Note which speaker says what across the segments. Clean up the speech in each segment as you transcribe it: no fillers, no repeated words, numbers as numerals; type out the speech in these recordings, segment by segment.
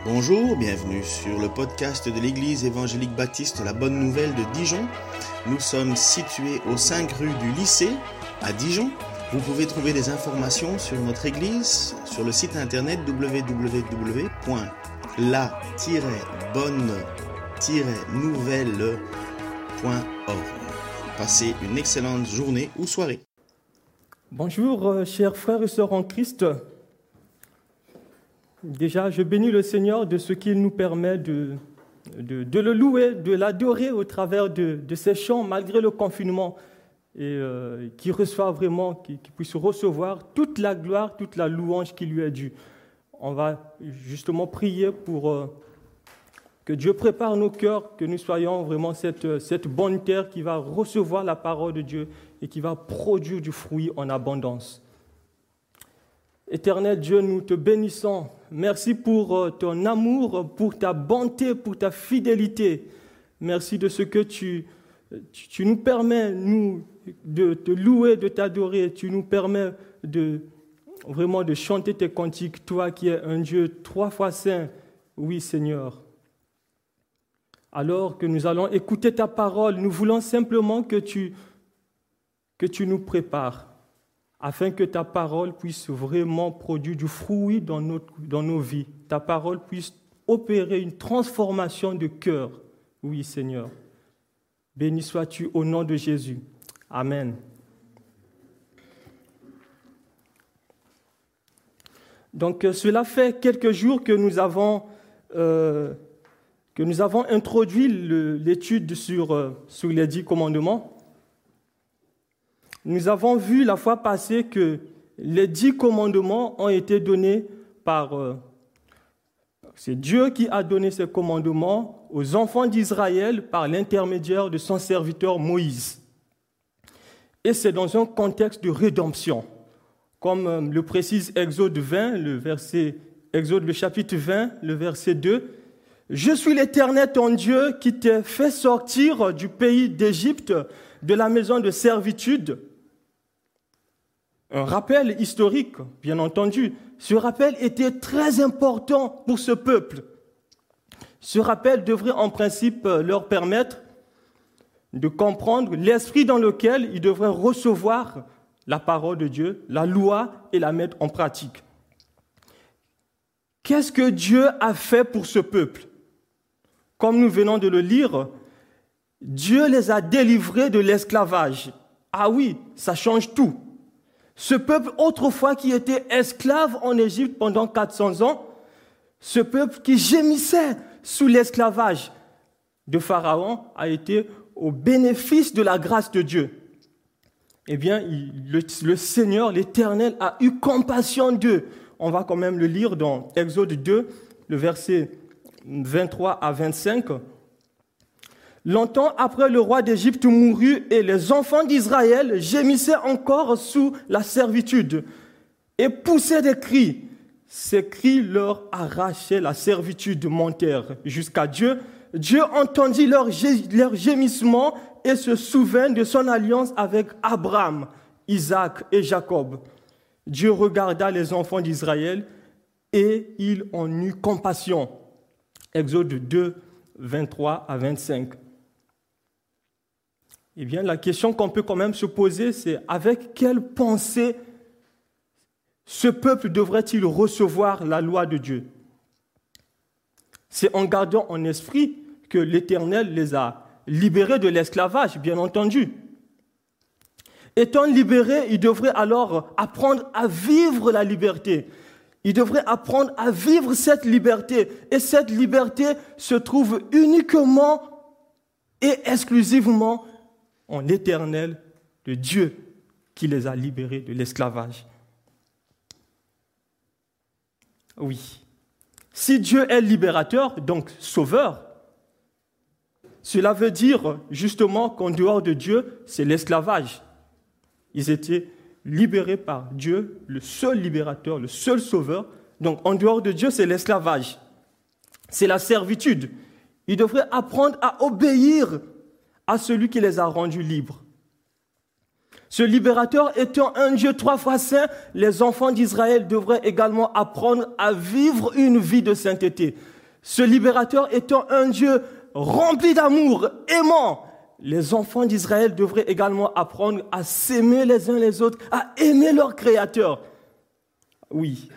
Speaker 1: Bonjour, bienvenue sur le podcast de l'Église évangélique baptiste La Bonne Nouvelle de Dijon. Nous sommes situés aux 5 rues du lycée à Dijon. Vous pouvez trouver des informations sur notre Église sur le site internet www.la-bonne-nouvelle.org. Passez une excellente journée ou soirée.
Speaker 2: Bonjour, chers frères et sœurs en Christ. Déjà, je bénis le Seigneur de ce qu'il nous permet de le louer, de l'adorer au travers de ces chants, malgré le confinement, et qu'il puisse recevoir toute la gloire, toute la louange qui lui est due. On va justement prier pour que Dieu prépare nos cœurs, que nous soyons vraiment cette bonne terre qui va recevoir la parole de Dieu et qui va produire du fruit en abondance. Éternel Dieu, nous te bénissons. Merci pour ton amour, pour ta bonté, pour ta fidélité. Merci de ce que tu nous permets, de te louer, de t'adorer. Tu nous permets de chanter tes cantiques, toi qui es un Dieu 3 fois saint. Oui, Seigneur. Alors que nous allons écouter ta parole, nous voulons simplement que tu nous prépares, afin que ta parole puisse vraiment produire du fruit dans nos vies. Ta parole puisse opérer une transformation de cœur. Oui, Seigneur. Béni sois-tu au nom de Jésus. Amen. Donc, cela fait quelques jours que nous avons introduit l'étude sur les 10 commandements. Nous avons vu la fois passée que les 10 commandements ont été donnés c'est Dieu qui a donné ces commandements aux enfants d'Israël par l'intermédiaire de son serviteur Moïse. Et c'est dans un contexte de rédemption. Comme le précise Exode 20, Exode le chapitre 20, le verset 2. « Je suis l'Éternel ton Dieu qui t'a fait sortir du pays d'Égypte, de la maison de servitude. » Un rappel historique, bien entendu. Ce rappel était très important pour ce peuple. Ce rappel devrait en principe leur permettre de comprendre l'esprit dans lequel ils devraient recevoir la parole de Dieu, la loi, et la mettre en pratique. Qu'est-ce que Dieu a fait pour ce peuple? Comme nous venons de le lire, Dieu les a délivrés de l'esclavage. Ah oui, ça change tout. Ce peuple autrefois qui était esclave en Égypte pendant 400 ans, ce peuple qui gémissait sous l'esclavage de Pharaon a été au bénéfice de la grâce de Dieu. Eh bien, le Seigneur, l'Éternel, a eu compassion d'eux. On va quand même le lire dans Exode 2, le verset 23 à 25. Longtemps après, le roi d'Égypte mourut et les enfants d'Israël gémissaient encore sous la servitude et poussaient des cris. Ces cris leur arrachaient la servitude, montèrent jusqu'à Dieu. Dieu entendit leur gémissement et se souvint de son alliance avec Abraham, Isaac et Jacob. Dieu regarda les enfants d'Israël et il en eut compassion. Exode 2, 23 à 25. Eh bien, la question qu'on peut quand même se poser, c'est avec quelle pensée ce peuple devrait-il recevoir la loi de Dieu? C'est en gardant en esprit que l'Éternel les a libérés de l'esclavage, bien entendu. Étant libérés, ils devraient alors apprendre à vivre la liberté. Ils devraient apprendre à vivre cette liberté. Et cette liberté se trouve uniquement et exclusivement en l'Éternel, de Dieu, qui les a libérés de l'esclavage. Oui. Si Dieu est libérateur, donc sauveur, cela veut dire justement qu'en dehors de Dieu, c'est l'esclavage. Ils étaient libérés par Dieu, le seul libérateur, le seul sauveur. Donc en dehors de Dieu, c'est l'esclavage. C'est la servitude. Ils devraient apprendre à obéir à celui qui les a rendus libres. Ce libérateur étant un Dieu 3 fois saint, les enfants d'Israël devraient également apprendre à vivre une vie de sainteté. Ce libérateur étant un Dieu rempli d'amour, aimant, les enfants d'Israël devraient également apprendre à s'aimer les uns les autres, à aimer leur Créateur. Oui.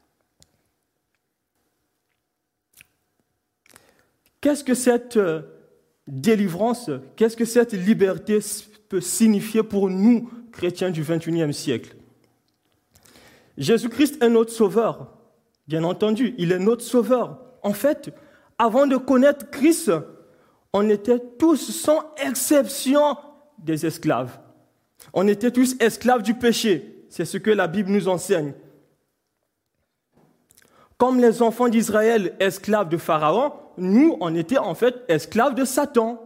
Speaker 2: Qu'est-ce que cette délivrance, qu'est-ce que cette liberté peut signifier pour nous, chrétiens du XXIe siècle? Jésus-Christ est notre sauveur, bien entendu, il est notre sauveur. En fait, avant de connaître Christ, on était tous, sans exception, des esclaves. On était tous esclaves du péché. C'est ce que la Bible nous enseigne. Comme les enfants d'Israël, esclaves de Pharaon, nous, on était en fait esclaves de Satan.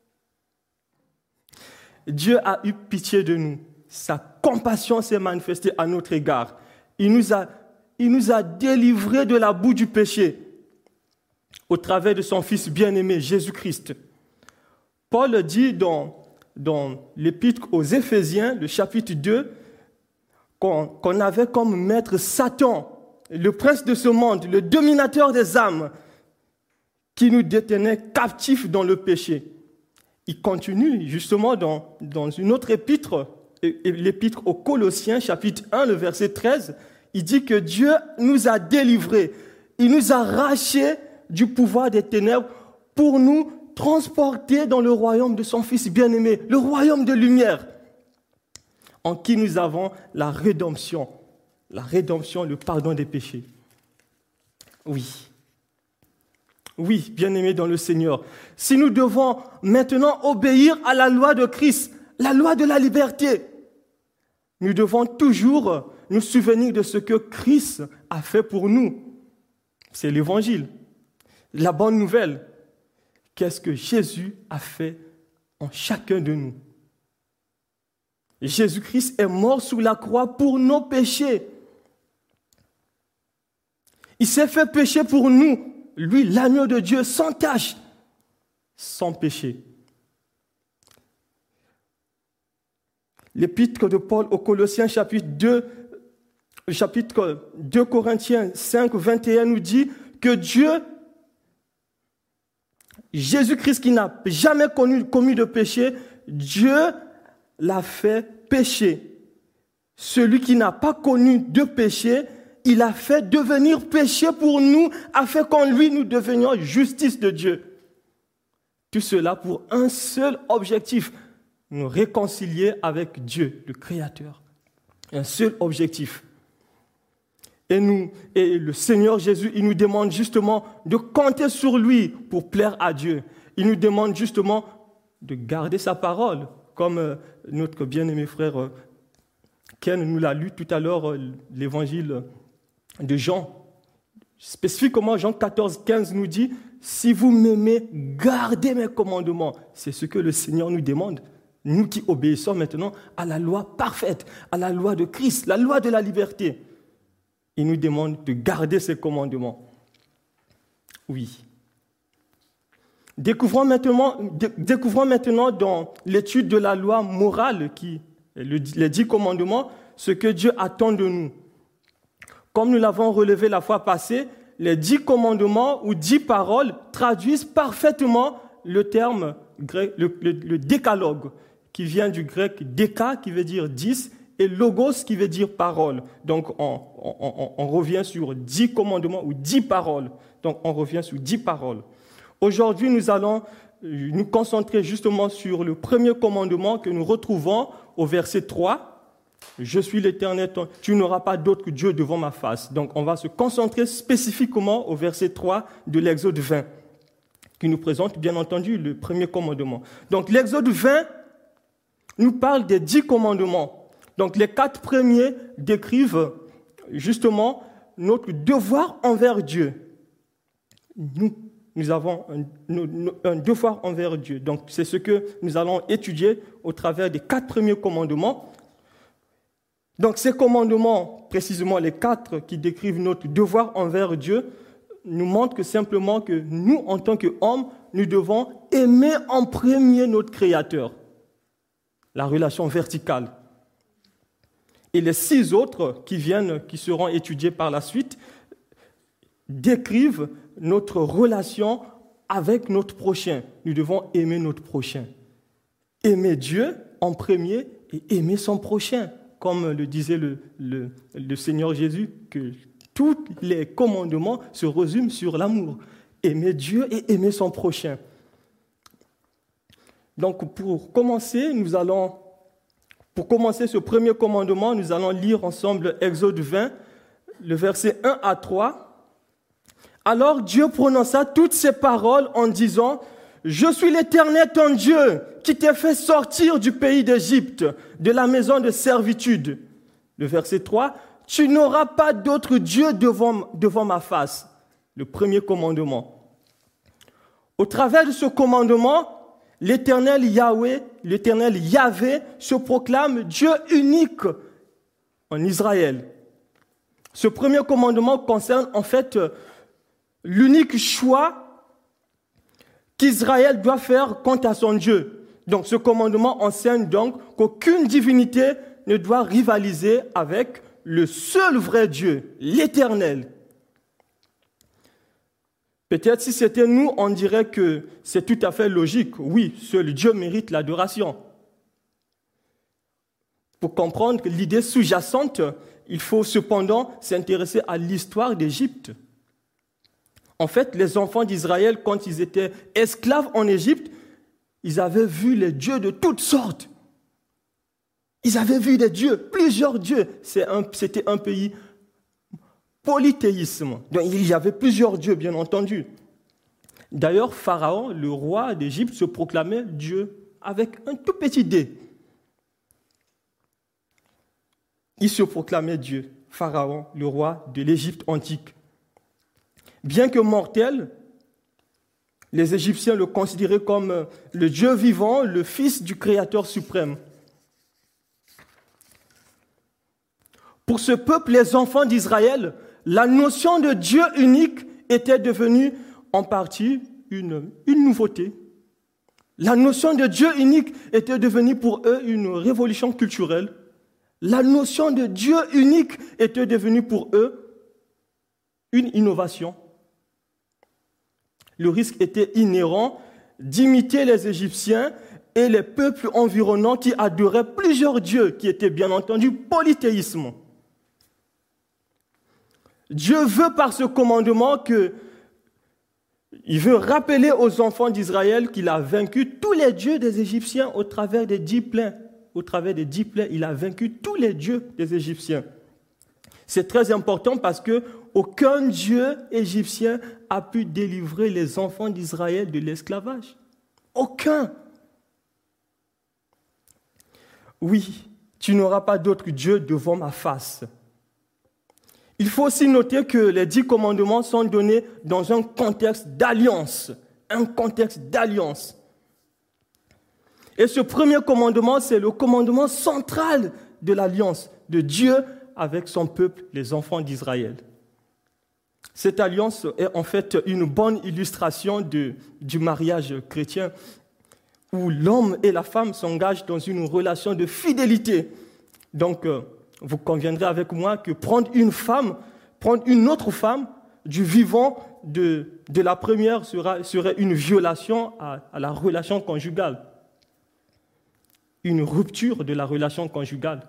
Speaker 2: Dieu a eu pitié de nous. Sa compassion s'est manifestée à notre égard. Il nous a délivrés de la boue du péché au travers de son Fils bien-aimé, Jésus-Christ. Paul dit dans l'épître aux Éphésiens, le chapitre 2, qu'on avait comme maître Satan, le prince de ce monde, le dominateur des âmes, qui nous détenait captifs dans le péché. Il continue justement dans une autre épître, l'épître aux Colossiens, chapitre 1, le verset 13, il dit que Dieu nous a délivrés, il nous a rachés du pouvoir des ténèbres pour nous transporter dans le royaume de son Fils bien-aimé, le royaume de lumière, en qui nous avons la rédemption, le pardon des péchés. Oui, bien-aimés dans le Seigneur, si nous devons maintenant obéir à la loi de Christ, la loi de la liberté, nous devons toujours nous souvenir de ce que Christ a fait pour nous. C'est l'Évangile, la bonne nouvelle. Qu'est-ce que Jésus a fait en chacun de nous? Jésus-Christ est mort sur la croix pour nos péchés. Il s'est fait pécher pour nous. Lui, l'agneau de Dieu, sans tache, sans péché. L'épître de Paul aux Colossiens, chapitre 2 Corinthiens 5, 21 nous dit que Dieu, Jésus-Christ qui n'a jamais commis de péché, Dieu l'a fait pécher. Celui qui n'a pas connu de péché, il a fait devenir péché pour nous, afin qu'en lui nous devenions justice de Dieu. Tout cela pour un seul objectif, nous réconcilier avec Dieu, le Créateur. Un seul objectif. Et le Seigneur Jésus, il nous demande justement de compter sur lui pour plaire à Dieu. Il nous demande justement de garder sa parole, comme notre bien-aimé frère Ken nous l'a lu tout à l'heure, l'évangile de Jean. Spécifiquement, Jean 14, 15 nous dit « Si vous m'aimez, gardez mes commandements ». C'est ce que le Seigneur nous demande. Nous qui obéissons maintenant à la loi parfaite, à la loi de Christ, la loi de la liberté. Il nous demande de garder ses commandements. Oui. Découvrons maintenant dans l'étude de la loi morale, les 10 commandements, ce que Dieu attend de nous. Comme nous l'avons relevé la fois passée, les 10 commandements ou 10 paroles traduisent parfaitement le terme grec, le décalogue, qui vient du grec déca, qui veut dire 10, et logos, qui veut dire parole. Donc, on revient sur 10 commandements ou 10 paroles. Donc, on revient sur 10 paroles. Aujourd'hui, nous allons nous concentrer justement sur le premier commandement que nous retrouvons au verset 3. Je suis l'Éternel, tu n'auras pas d'autre que Dieu devant ma face. Donc, on va se concentrer spécifiquement au verset 3 de l'Exode 20, qui nous présente, bien entendu, le premier commandement. Donc, l'Exode 20 nous parle des 10 commandements. Donc, les 4 premiers décrivent justement notre devoir envers Dieu. Nous avons un devoir envers Dieu. Donc, c'est ce que nous allons étudier au travers des 4 premiers commandements. Donc, ces commandements, précisément les 4 qui décrivent notre devoir envers Dieu, nous montrent que simplement que nous, en tant qu'hommes, nous devons aimer en premier notre Créateur. La relation verticale. Et les 6 autres qui seront étudiés par la suite, décrivent notre relation avec notre prochain. Nous devons aimer notre prochain. Aimer Dieu en premier et aimer son prochain, comme le disait le Seigneur Jésus, que tous les commandements se résument sur l'amour. Aimer Dieu et aimer son prochain. Donc pour commencer ce premier commandement, nous allons lire ensemble Exode 20, le verset 1 à 3. Alors Dieu prononça toutes ces paroles en disant « Je suis l'Éternel ton Dieu qui t'ai fait sortir du pays d'Égypte, de la maison de servitude. » Le verset 3 « Tu n'auras pas d'autre Dieu devant ma face. » Le premier commandement. Au travers de ce commandement, l'Éternel Yahweh, l'Éternel Yahvé se proclame Dieu unique en Israël. Ce premier commandement concerne en fait l'unique choix qu'Israël doit faire quant à son Dieu. Donc ce commandement enseigne donc qu'aucune divinité ne doit rivaliser avec le seul vrai Dieu, l'Éternel. Peut-être si c'était nous, on dirait que c'est tout à fait logique. Oui, seul Dieu mérite l'adoration. Pour comprendre l'idée sous-jacente, il faut cependant s'intéresser à l'histoire d'Égypte. En fait, les enfants d'Israël, quand ils étaient esclaves en Égypte, ils avaient vu les dieux de toutes sortes. Ils avaient vu des dieux, plusieurs dieux. C'était un pays polythéisme. Donc, il y avait plusieurs dieux, bien entendu. D'ailleurs, Pharaon, le roi d'Égypte, se proclamait Dieu avec un tout petit dé. Il se proclamait Dieu, Pharaon, le roi de l'Égypte antique. Bien que mortel, les Égyptiens le considéraient comme le Dieu vivant, le fils du Créateur suprême. Pour ce peuple, les enfants d'Israël, la notion de Dieu unique était devenue en partie une nouveauté. La notion de Dieu unique était devenue pour eux une révolution culturelle. La notion de Dieu unique était devenue pour eux une innovation. Le risque était inhérent d'imiter les Égyptiens et les peuples environnants qui adoraient plusieurs dieux, qui étaient bien entendu polythéisme. Dieu veut par ce commandement il veut rappeler aux enfants d'Israël qu'il a vaincu tous les dieux des Égyptiens au travers des 10 plaies. Au travers des 10 plaies, il a vaincu tous les dieux des Égyptiens. C'est très important parce que aucun dieu égyptien a pu délivrer les enfants d'Israël de l'esclavage. Aucun. Oui, tu n'auras pas d'autre Dieu devant ma face. Il faut aussi noter que les 10 commandements sont donnés dans un contexte d'alliance. Un contexte d'alliance. Et ce premier commandement, c'est le commandement central de l'alliance de Dieu avec son peuple, les enfants d'Israël. Cette alliance est en fait une bonne illustration du mariage chrétien où l'homme et la femme s'engagent dans une relation de fidélité. Donc, vous conviendrez avec moi que prendre une autre femme du vivant de la première serait une violation à la relation conjugale. Une rupture de la relation conjugale.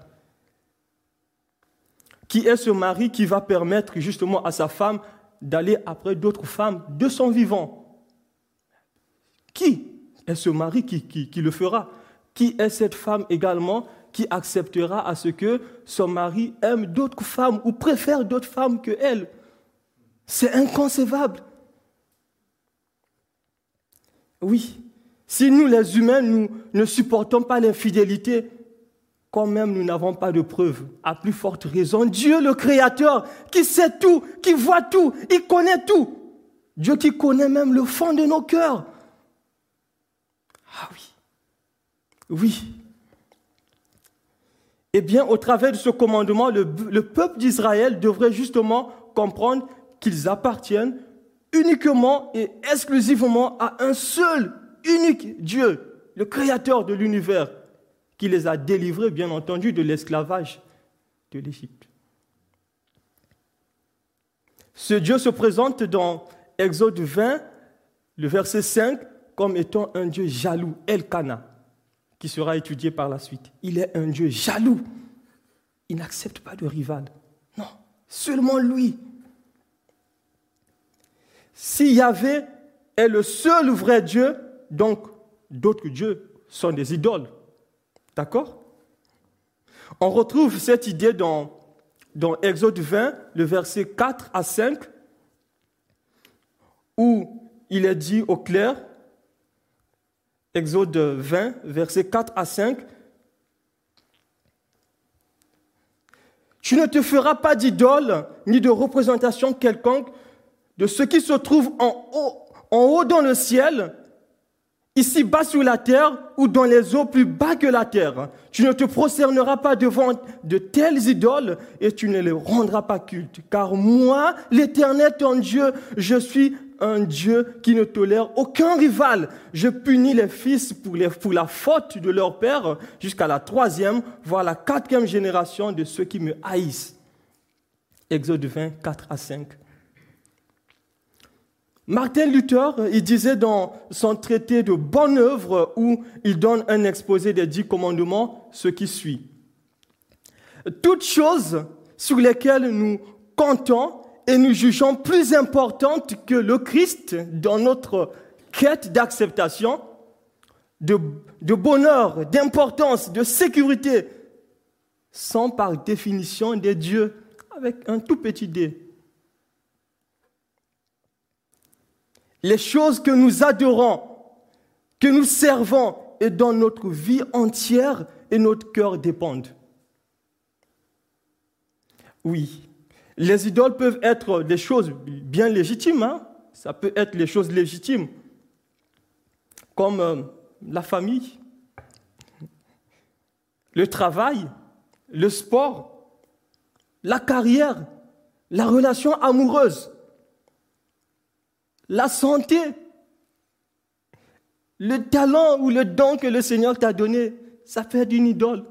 Speaker 2: Qui est ce mari qui va permettre justement à sa femme d'aller après d'autres femmes de son vivant? Qui est ce mari qui le fera? Qui est cette femme également qui acceptera à ce que son mari aime d'autres femmes ou préfère d'autres femmes que elle? C'est inconcevable. Oui, si nous les humains, nous ne supportons pas l'infidélité, quand même nous n'avons pas de preuves, à plus forte raison, Dieu le Créateur, qui sait tout, qui voit tout, il connaît tout. Dieu qui connaît même le fond de nos cœurs. Ah oui, oui. Eh bien, au travers de ce commandement, le peuple d'Israël devrait justement comprendre qu'ils appartiennent uniquement et exclusivement à un seul, unique Dieu, le Créateur de l'univers, qui les a délivrés, bien entendu, de l'esclavage de l'Égypte. Ce Dieu se présente dans Exode 20, le verset 5, comme étant un Dieu jaloux, Elkana, qui sera étudié par la suite. Il est un Dieu jaloux. Il n'accepte pas de rival. Non, seulement lui. Si Yahvé est le seul vrai Dieu, donc d'autres dieux sont des idoles. D'accord? On retrouve cette idée dans Exode 20, le verset 4 à 5, où il est dit au clair, Exode 20, verset 4 à 5, « Tu ne te feras pas d'idole ni de représentation quelconque de ce qui se trouve en haut dans le ciel, ici bas sur la terre ou dans les eaux plus bas que la terre. Tu ne te prosterneras pas devant de telles idoles et tu ne les rendras pas culte. Car moi, l'Éternel ton Dieu, je suis un Dieu qui ne tolère aucun rival. Je punis les fils pour la faute de leur père jusqu'à la 3e, voire la 4e génération de ceux qui me haïssent. » Exode 20, 4 à 5. Martin Luther, il disait dans son traité de bonne œuvre où il donne un exposé des 10 commandements, ce qui suit. Toutes choses sur lesquelles nous comptons et nous jugeons plus importantes que le Christ dans notre quête d'acceptation, de bonheur, d'importance, de sécurité, sont par définition des dieux avec un tout petit dé. Les choses que nous adorons, que nous servons et dont notre vie entière et notre cœur dépendent. Oui, les idoles peuvent être des choses bien légitimes, hein? Ça peut être les choses légitimes, comme la famille, le travail, le sport, la carrière, la relation amoureuse, la santé, le talent ou le don que le Seigneur t'a donné, ça peut être une idole.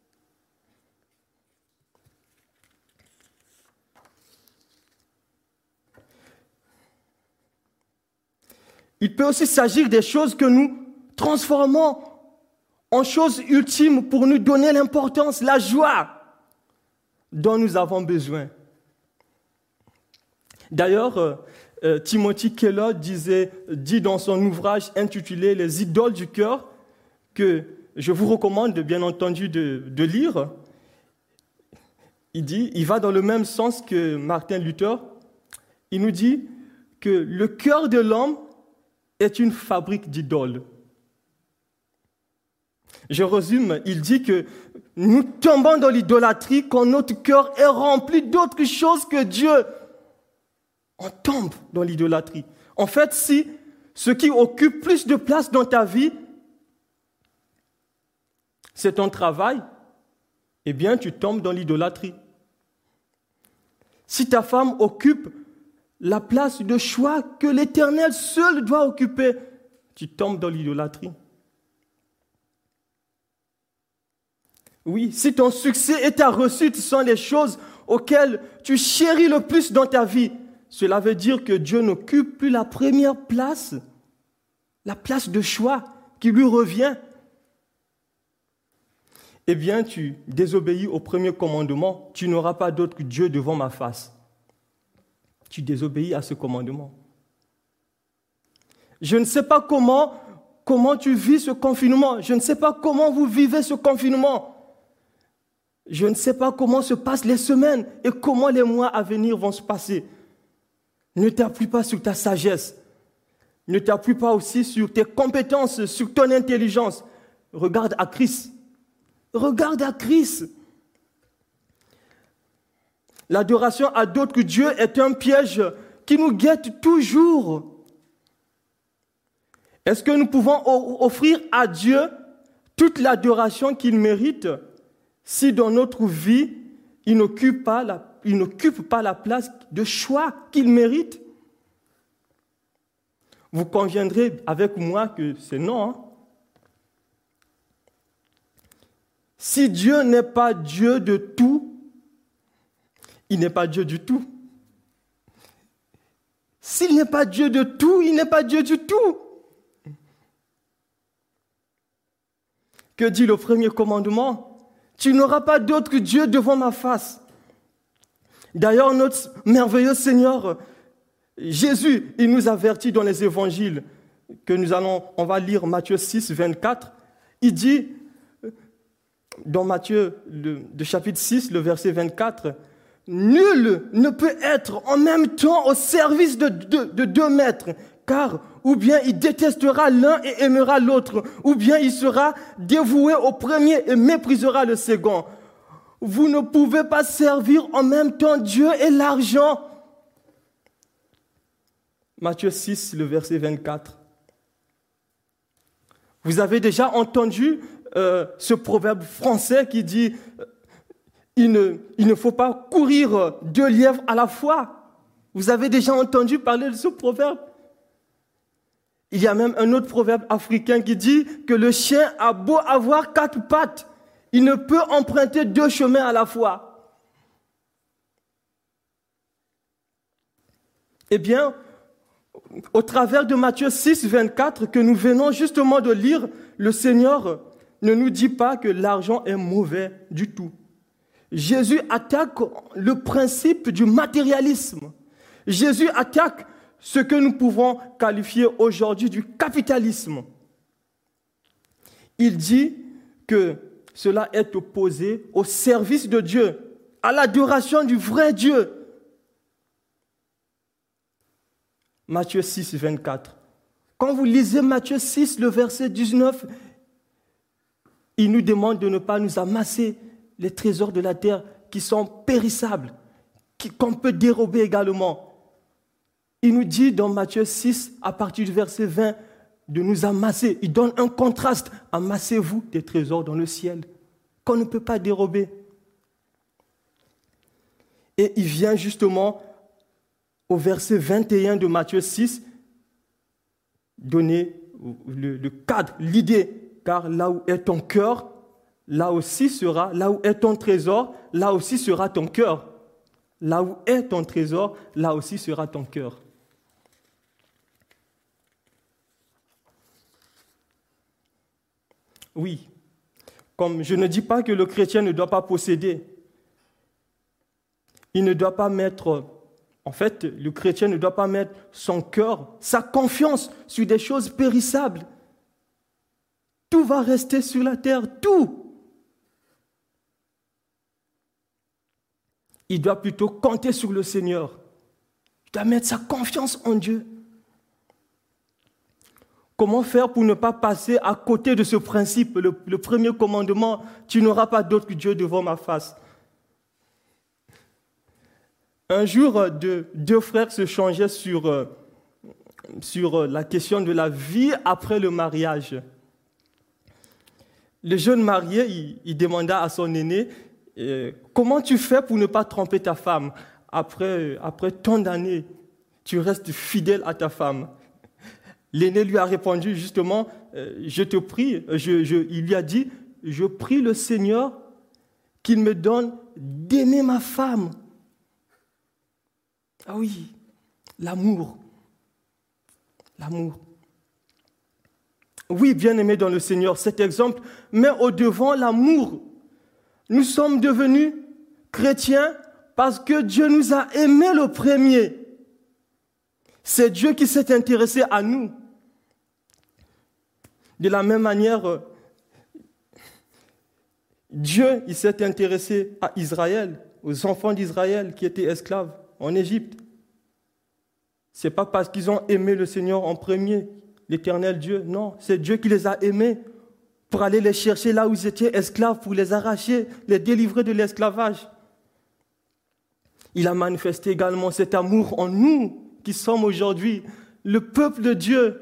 Speaker 2: Il peut aussi s'agir des choses que nous transformons en choses ultimes pour nous donner l'importance, la joie dont nous avons besoin. D'ailleurs, Timothy Keller dit dans son ouvrage intitulé « Les idoles du cœur » que je vous recommande bien entendu de lire. Il va dans le même sens que Martin Luther. Il nous dit que le cœur de l'homme est une fabrique d'idoles. Je résume, il dit que nous tombons dans l'idolâtrie quand notre cœur est rempli d'autres choses que Dieu. On tombe dans l'idolâtrie. En fait, si ce qui occupe plus de place dans ta vie, c'est ton travail, eh bien, tu tombes dans l'idolâtrie. Si ta femme occupe la place de choix que l'Éternel seul doit occuper, tu tombes dans l'idolâtrie. Oui, si ton succès et ta réussite sont les choses auxquelles tu chéris le plus dans ta vie, cela veut dire que Dieu n'occupe plus la première place, la place de choix qui lui revient. Eh bien, tu désobéis au premier commandement, tu n'auras pas d'autre Dieu devant ma face. Tu désobéis à ce commandement. Je ne sais pas comment tu vis ce confinement. Je ne sais pas comment vous vivez ce confinement. Je ne sais pas comment se passent les semaines et comment les mois à venir vont se passer. Ne t'appuie pas sur ta sagesse. Ne t'appuie pas aussi sur tes compétences, sur ton intelligence. Regarde à Christ. Regarde à Christ. L'adoration à d'autres dieux est un piège qui nous guette toujours. Est-ce que nous pouvons offrir à Dieu toute l'adoration qu'il mérite si dans notre vie, il n'occupe pas la place de choix qu'il mérite? Vous conviendrez avec moi que c'est non. Hein? Si Dieu n'est pas Dieu de tout, il n'est pas Dieu du tout. S'il n'est pas Dieu de tout, il n'est pas Dieu du tout. Que dit le premier commandement? Tu n'auras pas d'autre Dieu devant ma face. D'ailleurs, notre merveilleux Seigneur, Jésus, il nous avertit dans les évangiles, on va lire Matthieu 6, 24. Il dit, dans Matthieu, de chapitre 6, le verset 24, « Nul ne peut être en même temps au service de deux maîtres, car ou bien il détestera l'un et aimera l'autre, ou bien il sera dévoué au premier et méprisera le second. Vous ne pouvez pas servir en même temps Dieu et l'argent. » Matthieu 6, le verset 24. Vous avez déjà entendu ce proverbe français qui dit il ne faut pas courir 2 lièvres à la fois. Vous avez déjà entendu parler de ce proverbe? Il y a même un autre proverbe africain qui dit que le chien a beau avoir 4 pattes, il ne peut emprunter 2 chemins à la fois. Eh bien, au travers de Matthieu 6, 24, que nous venons justement de lire, le Seigneur ne nous dit pas que l'argent est mauvais du tout. Jésus attaque le principe du matérialisme. Jésus attaque ce que nous pouvons qualifier aujourd'hui du capitalisme. Il dit que cela est opposé au service de Dieu, à l'adoration du vrai Dieu. Matthieu 6, 24. Quand vous lisez Matthieu 6, le verset 19, il nous demande de ne pas nous amasser les trésors de la terre qui sont périssables, qu'on peut dérober également. Il nous dit dans Matthieu 6, à partir du verset 20, de nous amasser. Il donne un contraste. Amassez-vous des trésors dans le ciel, qu'on ne peut pas dérober. Et il vient justement au verset 21 de Matthieu 6, donner le cadre, l'idée, car là où est ton cœur, là où est ton trésor, là aussi sera ton cœur. Là où est ton trésor, là aussi sera ton cœur. Oui, comme je ne dis pas que le chrétien ne doit pas posséder. Il ne doit pas mettre... En fait, le chrétien ne doit pas mettre son cœur, sa confiance sur des choses périssables. Tout va rester sur la terre, tout. Il doit plutôt compter sur le Seigneur. Il doit mettre sa confiance en Dieu. Comment faire pour ne pas passer à côté de ce principe, le premier commandement, tu n'auras pas d'autre Dieu devant ma face. Un jour, 2 frères se changeaient sur la question de la vie après le mariage. Le jeune marié, il demanda à son aîné, comment tu fais pour ne pas tromper ta femme? Après tant d'années, tu restes fidèle à ta femme. L'aîné lui a répondu justement, je te prie, il lui a dit, je prie le Seigneur qu'il me donne d'aimer ma femme. Ah oui, l'amour. L'amour. Oui, bien-aimé dans le Seigneur, cet exemple met au devant l'amour. Nous sommes devenus chrétiens parce que Dieu nous a aimés le premier. C'est Dieu qui s'est intéressé à nous. De la même manière, Dieu il s'est intéressé à Israël, aux enfants d'Israël qui étaient esclaves en Égypte. Ce n'est pas parce qu'ils ont aimé le Seigneur en premier, l'éternel Dieu. Non, c'est Dieu qui les a aimés pour aller les chercher là où ils étaient esclaves, pour les arracher, les délivrer de l'esclavage. Il a manifesté également cet amour en nous qui sommes aujourd'hui le peuple de Dieu.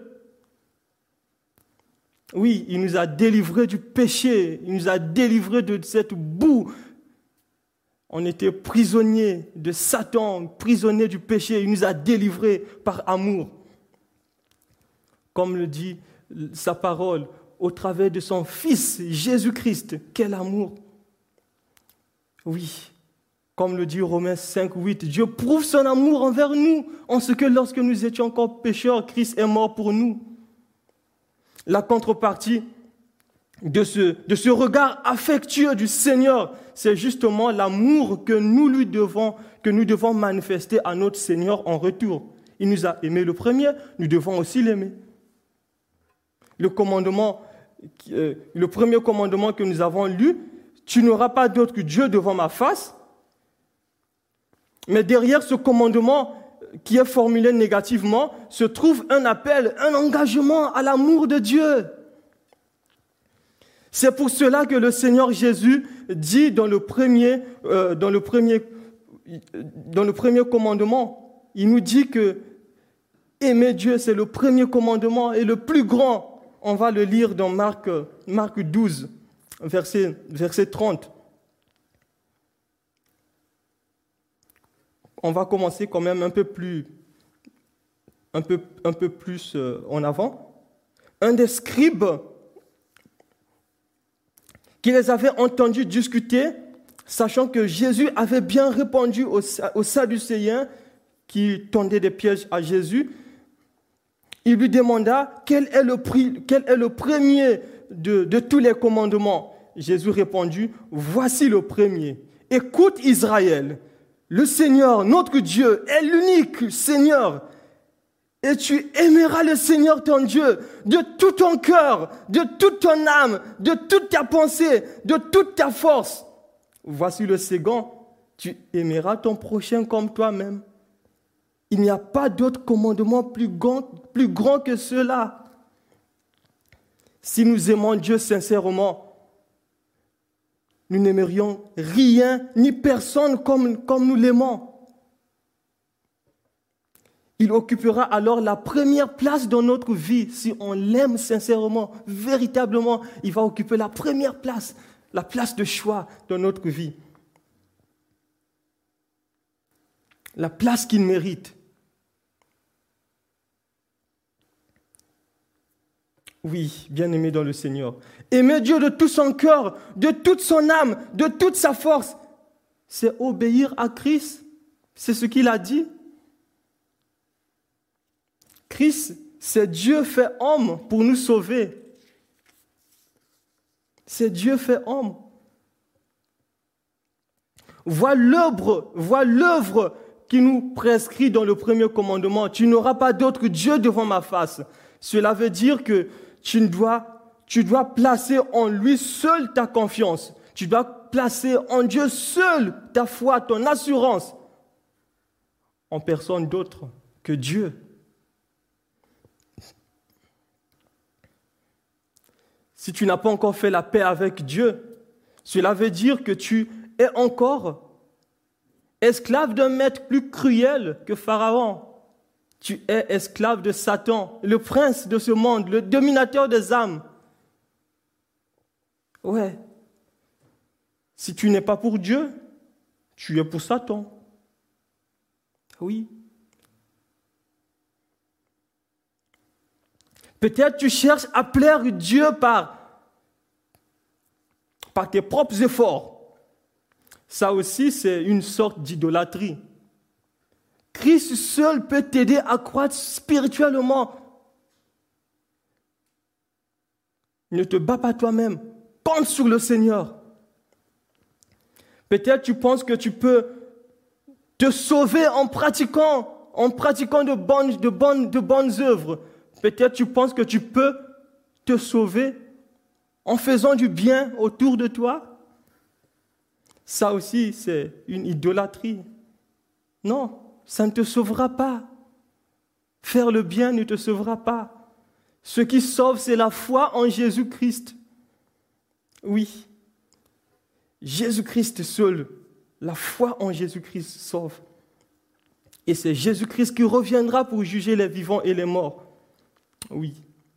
Speaker 2: Oui, il nous a délivrés du péché, il nous a délivrés de cette boue. On était prisonniers de Satan, prisonniers du péché. Il nous a délivrés par amour. Comme le dit sa parole, au travers de son Fils, Jésus-Christ. Quel amour! Oui, Comme le dit Romains 5, 8, Dieu prouve son amour envers nous, en ce que lorsque nous étions encore pécheurs, Christ est mort pour nous. La contrepartie de ce regard affectueux du Seigneur, c'est justement l'amour que nous devons manifester à notre Seigneur en retour. Il nous a aimés le premier, nous devons aussi l'aimer. Le premier commandement que nous avons lu, tu n'auras pas d'autre Dieu devant ma face. Mais derrière ce commandement qui est formulé négativement, se trouve un appel, un engagement à l'amour de Dieu. C'est pour cela que le Seigneur Jésus dit dans le premier commandement, il nous dit que aimer Dieu, c'est le premier commandement et le plus grand. On va le lire dans Marc 12, verset 30. On va commencer quand même un peu plus en avant. Un des scribes qui les avait entendus discuter, sachant que Jésus avait bien répondu aux Sadducéens qui tendaient des pièges à Jésus, il lui demanda quel est le premier de tous les commandements. Jésus répondit, voici le premier. Écoute Israël, le Seigneur, notre Dieu, est l'unique Seigneur. Et tu aimeras le Seigneur ton Dieu de tout ton cœur, de toute ton âme, de toute ta pensée, de toute ta force. Voici le second, tu aimeras ton prochain comme toi-même. Il n'y a pas d'autre commandement plus grand que cela. Si nous aimons Dieu sincèrement, nous n'aimerions rien ni personne comme nous l'aimons. Il occupera alors la première place dans notre vie. Si on l'aime sincèrement, véritablement, il va occuper la première place, la place de choix dans notre vie. La place qu'il mérite. Oui, bien-aimé dans le Seigneur. Aimer Dieu de tout son cœur, de toute son âme, de toute sa force, c'est obéir à Christ. C'est ce qu'il a dit. Christ, c'est Dieu fait homme pour nous sauver. C'est Dieu fait homme. Vois l'œuvre qui nous prescrit dans le premier commandement. Tu n'auras pas d'autre Dieu devant ma face. Cela veut dire que tu dois placer en lui seul ta confiance. Tu dois placer en Dieu seul ta foi, ton assurance. En personne d'autre que Dieu. Si tu n'as pas encore fait la paix avec Dieu, cela veut dire que tu es encore esclave d'un maître plus cruel que Pharaon. Tu es esclave de Satan, le prince de ce monde, le dominateur des âmes. Ouais. Si tu n'es pas pour Dieu, tu es pour Satan. Oui. Peut-être tu cherches à plaire Dieu par tes propres efforts. Ça aussi, c'est une sorte d'idolâtrie. Christ seul peut t'aider à croître spirituellement. Ne te bats pas toi-même. Compte sur le Seigneur. Peut-être tu penses que tu peux te sauver en pratiquant de bonnes œuvres. Peut-être tu penses que tu peux te sauver en faisant du bien autour de toi. Ça aussi, c'est une idolâtrie. Non, ça ne te sauvera pas. Faire le bien ne te sauvera pas. Ce qui sauve, c'est la foi en Jésus-Christ. Oui, Jésus-Christ seul, la foi en Jésus-Christ sauve. Et c'est Jésus-Christ qui reviendra pour juger les vivants et les morts. Oui.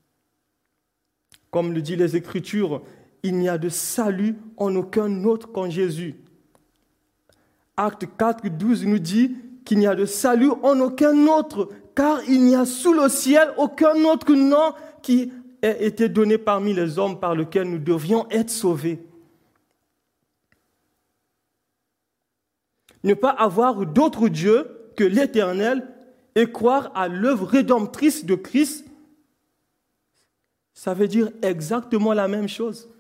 Speaker 2: Comme le dit les Écritures, il n'y a de salut en aucun autre qu'en Jésus. Acte 4, 12 nous dit qu'il n'y a de salut en aucun autre, car il n'y a sous le ciel aucun autre nom qui ait été donné parmi les hommes par lequel nous devions être sauvés. Ne pas avoir d'autre Dieu que l'Éternel et croire à l'œuvre rédemptrice de Christ, ça veut dire exactement la même chose.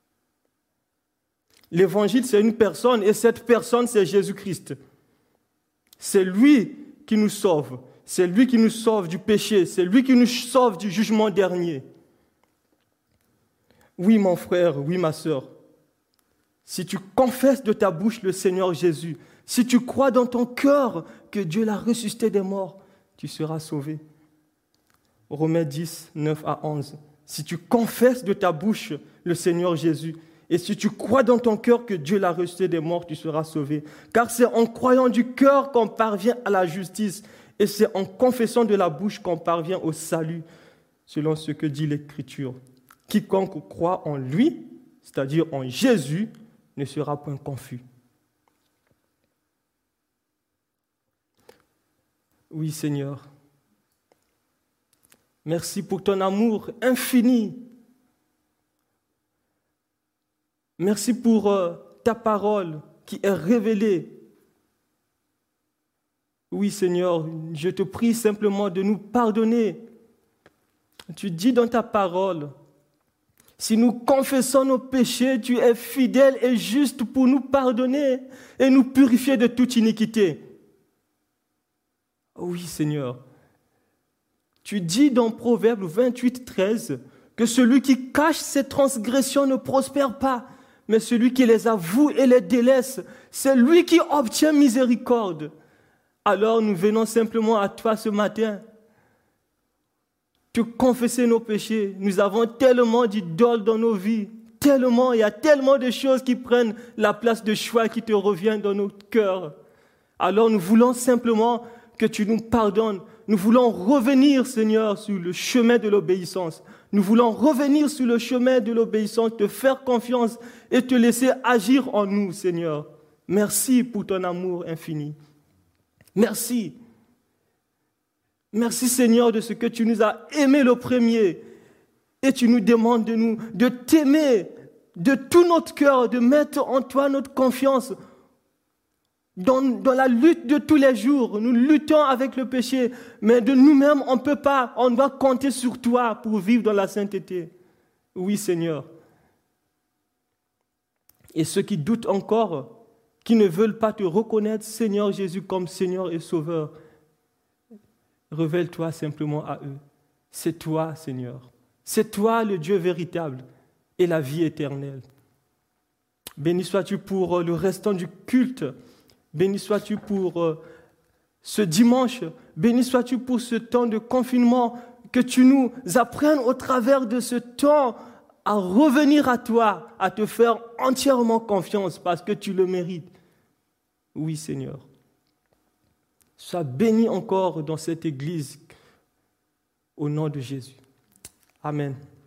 Speaker 2: L'évangile, c'est une personne et cette personne, c'est Jésus-Christ. C'est lui qui nous sauve. C'est lui qui nous sauve du péché. C'est lui qui nous sauve du jugement dernier. Oui, mon frère, oui, ma sœur. Si tu confesses de ta bouche le Seigneur Jésus, si tu crois dans ton cœur que Dieu l'a ressuscité des morts, tu seras sauvé. Romains 10, 9 à 11. Si tu confesses de ta bouche le Seigneur Jésus, et si tu crois dans ton cœur que Dieu l'a ressuscité des morts, tu seras sauvé. Car c'est en croyant du cœur qu'on parvient à la justice, et c'est en confessant de la bouche qu'on parvient au salut, selon ce que dit l'Écriture. Quiconque croit en lui, c'est-à-dire en Jésus, ne sera point confus. Oui, Seigneur. Merci pour ton amour infini. Merci pour ta parole qui est révélée. Oui, Seigneur, je te prie simplement de nous pardonner. Tu dis dans ta parole, si nous confessons nos péchés, tu es fidèle et juste pour nous pardonner et nous purifier de toute iniquité. Oui, Seigneur. Tu dis dans Proverbe 28, 13 que celui qui cache ses transgressions ne prospère pas, mais celui qui les avoue et les délaisse, c'est lui qui obtient miséricorde. Alors nous venons simplement à toi ce matin, te confesser nos péchés. Nous avons tellement d'idoles dans nos vies, tellement, il y a tellement de choses qui prennent la place de choix qui te revient dans notre cœur. Alors nous voulons simplement que tu nous pardonnes. Nous voulons revenir, Seigneur, sur le chemin de l'obéissance. Nous voulons revenir sur le chemin de l'obéissance, te faire confiance et te laisser agir en nous, Seigneur. Merci pour ton amour infini. Merci. Merci, Seigneur, de ce que tu nous as aimés le premier. Et tu nous demandes de t'aimer de tout notre cœur, de mettre en toi notre confiance. Dans la lutte de tous les jours, nous luttons avec le péché, mais de nous-mêmes, on ne peut pas. On doit compter sur toi pour vivre dans la sainteté. Oui, Seigneur. Et ceux qui doutent encore, qui ne veulent pas te reconnaître, Seigneur Jésus, comme Seigneur et Sauveur, révèle-toi simplement à eux. C'est toi, Seigneur. C'est toi le Dieu véritable et la vie éternelle. Béni sois-tu pour le restant du culte. Béni sois-tu pour ce dimanche. Béni sois-tu pour ce temps de confinement. Que tu nous apprennes au travers de ce temps à revenir à toi, à te faire entièrement confiance parce que tu le mérites. Oui, Seigneur. Sois béni encore dans cette église au nom de Jésus. Amen.